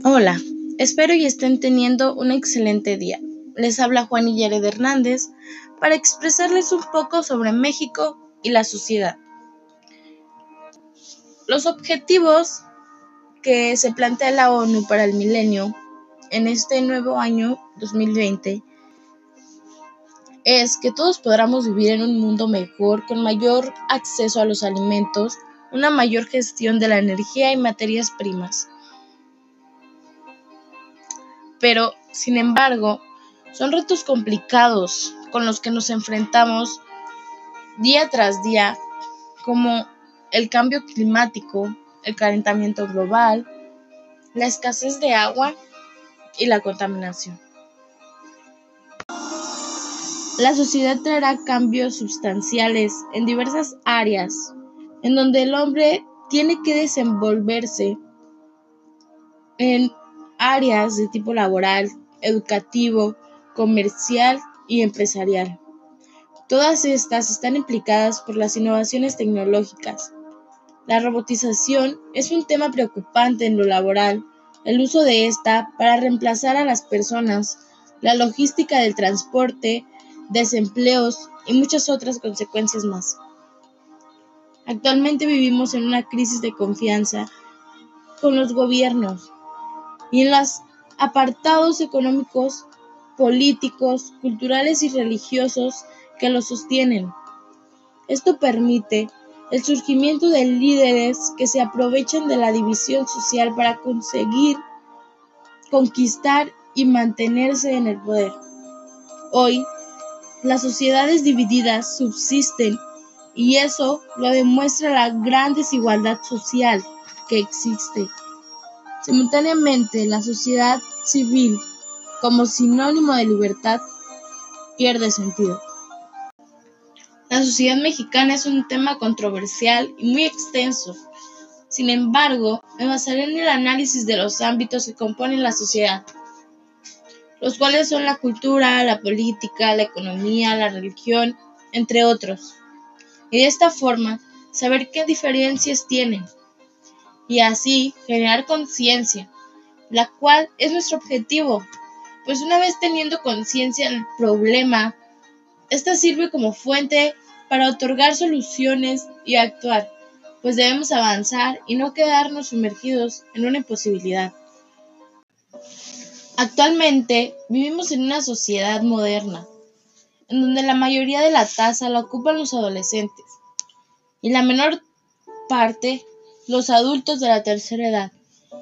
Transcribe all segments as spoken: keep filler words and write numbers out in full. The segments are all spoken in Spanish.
Hola, espero y estén teniendo un excelente día. Les habla Juan Yared Hernández para expresarles un poco sobre México y la sociedad. Los objetivos que se plantea la ONU para el milenio en este nuevo año dos mil veinte es que todos podamos vivir en un mundo mejor, con mayor acceso a los alimentos, una mayor gestión de la energía y materias primas. Pero, sin embargo, son retos complicados con los que nos enfrentamos día tras día, como el cambio climático, el calentamiento global, la escasez de agua y la contaminación. La sociedad traerá cambios sustanciales en diversas áreas, en donde el hombre tiene que desenvolverse en áreas de tipo laboral, educativo, comercial y empresarial. Todas estas están implicadas por las innovaciones tecnológicas. La robotización es un tema preocupante en lo laboral, el uso de esta para reemplazar a las personas, la logística del transporte, desempleos y muchas otras consecuencias más. Actualmente vivimos en una crisis de confianza con los gobiernos y en los apartados económicos, políticos, culturales y religiosos que los sostienen. Esto permite el surgimiento de líderes que se aprovechan de la división social para conseguir conquistar y mantenerse en el poder. Hoy, las sociedades divididas subsisten y eso lo demuestra la gran desigualdad social que existe. Simultáneamente, la sociedad civil, como sinónimo de libertad, pierde sentido. La sociedad mexicana es un tema controversial y muy extenso. Sin embargo, me basaré en el análisis de los ámbitos que componen la sociedad, los cuales son la cultura, la política, la economía, la religión, entre otros. Y de esta forma, saber qué diferencias tienen, y así generar conciencia, la cual es nuestro objetivo, pues una vez teniendo conciencia del problema, esta sirve como fuente para otorgar soluciones y actuar, pues debemos avanzar y no quedarnos sumergidos en una imposibilidad. Actualmente vivimos en una sociedad moderna, en donde la mayoría de la tasa la ocupan los adolescentes y la menor parte los adultos de la tercera edad.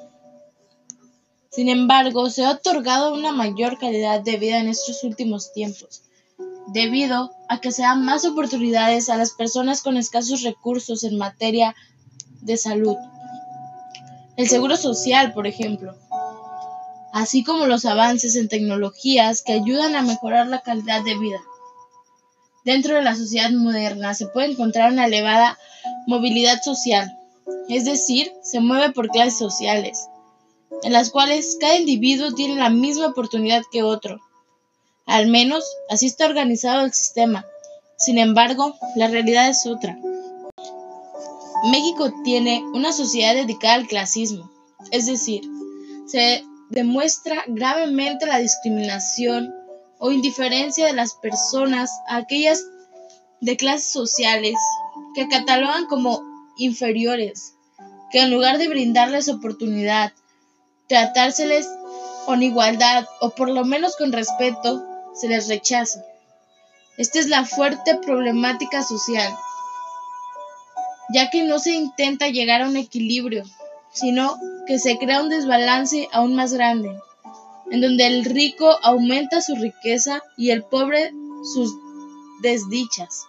Sin embargo, se ha otorgado una mayor calidad de vida en estos últimos tiempos, debido a que se dan más oportunidades a las personas con escasos recursos en materia de salud. El seguro social, por ejemplo, así como los avances en tecnologías que ayudan a mejorar la calidad de vida. Dentro de la sociedad moderna se puede encontrar una elevada movilidad social, es decir, se mueve por clases sociales, en las cuales cada individuo tiene la misma oportunidad que otro. Al menos así está organizado el sistema. Sin embargo, la realidad es otra. México tiene una sociedad dedicada al clasismo, es decir, se demuestra gravemente la discriminación o indiferencia de las personas a aquellas de clases sociales que catalogan como inferiores, que en lugar de brindarles oportunidad, tratárseles con igualdad o por lo menos con respeto, se les rechaza. Esta es la fuerte problemática social, ya que no se intenta llegar a un equilibrio, sino que se crea un desbalance aún más grande, en donde el rico aumenta su riqueza y el pobre sus desdichas.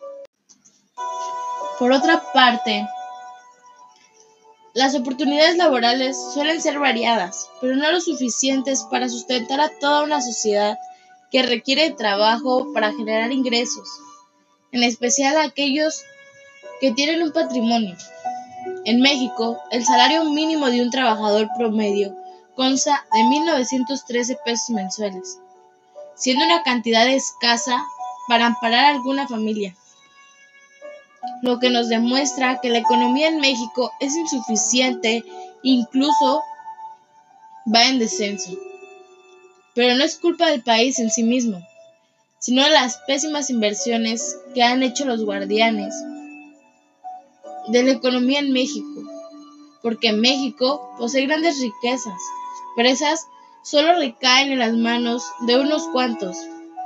Por otra parte, las oportunidades laborales suelen ser variadas, pero no lo suficientes para sustentar a toda una sociedad que requiere trabajo para generar ingresos, en especial a aquellos que tienen un patrimonio. En México, el salario mínimo de un trabajador promedio consta de mil novecientos trece pesos mensuales, siendo una cantidad escasa para amparar a alguna familia, lo que nos demuestra que la economía en México es insuficiente, incluso va en descenso. Pero no es culpa del país en sí mismo, sino de las pésimas inversiones que han hecho los guardianes de la economía en México, porque México posee grandes riquezas, pero esas solo recaen en las manos de unos cuantos.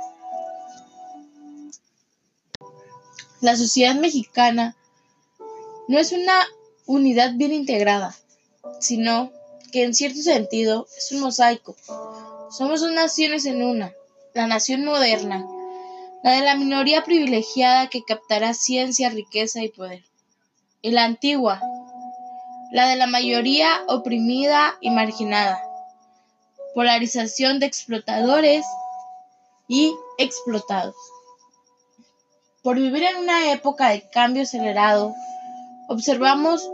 La sociedad mexicana no es una unidad bien integrada, sino que en cierto sentido es un mosaico. Somos dos naciones en una, la nación moderna, la de la minoría privilegiada que captará ciencia, riqueza y poder, y la antigua, la de la mayoría oprimida y marginada, polarización de explotadores y explotados. Por vivir en una época de cambio acelerado, observamos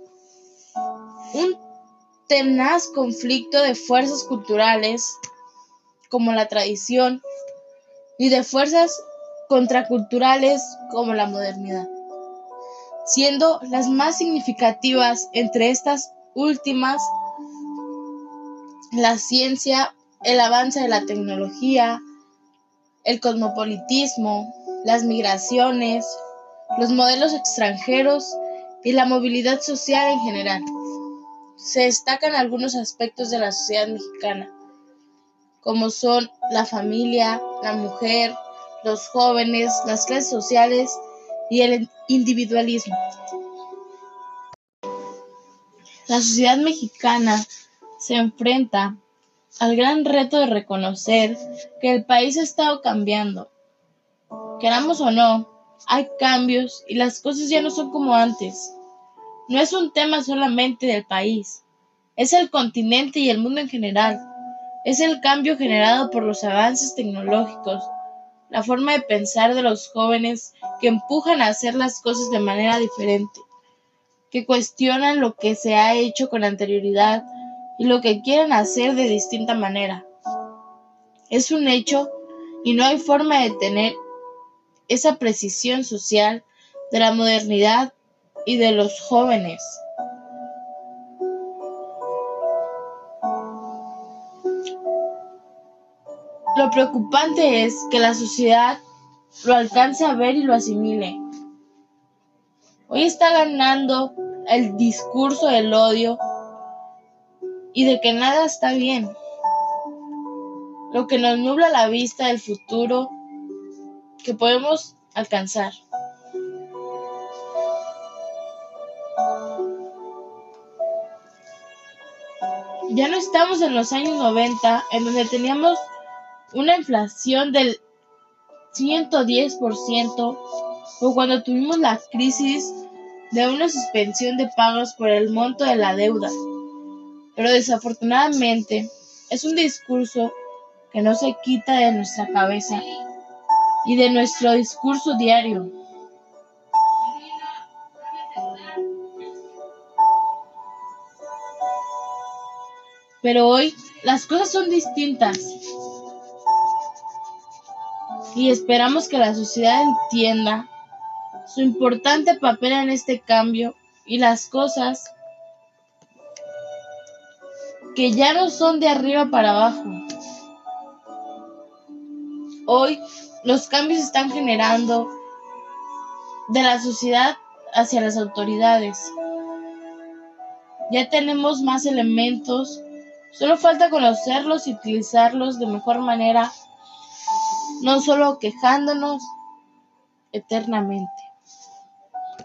un tenaz conflicto de fuerzas culturales como la tradición y de fuerzas contraculturales como la modernidad, siendo las más significativas entre estas últimas la ciencia, el avance de la tecnología, el cosmopolitismo, las migraciones, los modelos extranjeros y la movilidad social en general. Se destacan algunos aspectos de la sociedad mexicana, como son la familia, la mujer, los jóvenes, las clases sociales y el individualismo. La sociedad mexicana se enfrenta al gran reto de reconocer que el país ha estado cambiando. Queramos o no, hay cambios y las cosas ya no son como antes. No es un tema solamente del país, es el continente y el mundo en general. Es el cambio generado por los avances tecnológicos, la forma de pensar de los jóvenes que empujan a hacer las cosas de manera diferente, que cuestionan lo que se ha hecho con anterioridad y lo que quieren hacer de distinta manera. Es un hecho y no hay forma de detener esa precisión social de la modernidad y de los jóvenes. Lo preocupante es que la sociedad lo alcance a ver y lo asimile. Hoy está ganando el discurso del odio y de que nada está bien, lo que nos nubla la vista del futuro que podemos alcanzar. Ya no estamos en los años noventa, en donde teníamos una inflación del ciento diez por ciento, o cuando tuvimos la crisis de una suspensión de pagos por el monto de la deuda. Pero desafortunadamente es un discurso que no se quita de nuestra cabeza y de nuestro discurso diario. Pero hoy las cosas son distintas y esperamos que la sociedad entienda su importante papel en este cambio y las cosas que ya no son de arriba para abajo. Hoy los cambios se están generando de la sociedad hacia las autoridades. Ya tenemos más elementos, solo falta conocerlos y utilizarlos de mejor manera, no solo quejándonos eternamente.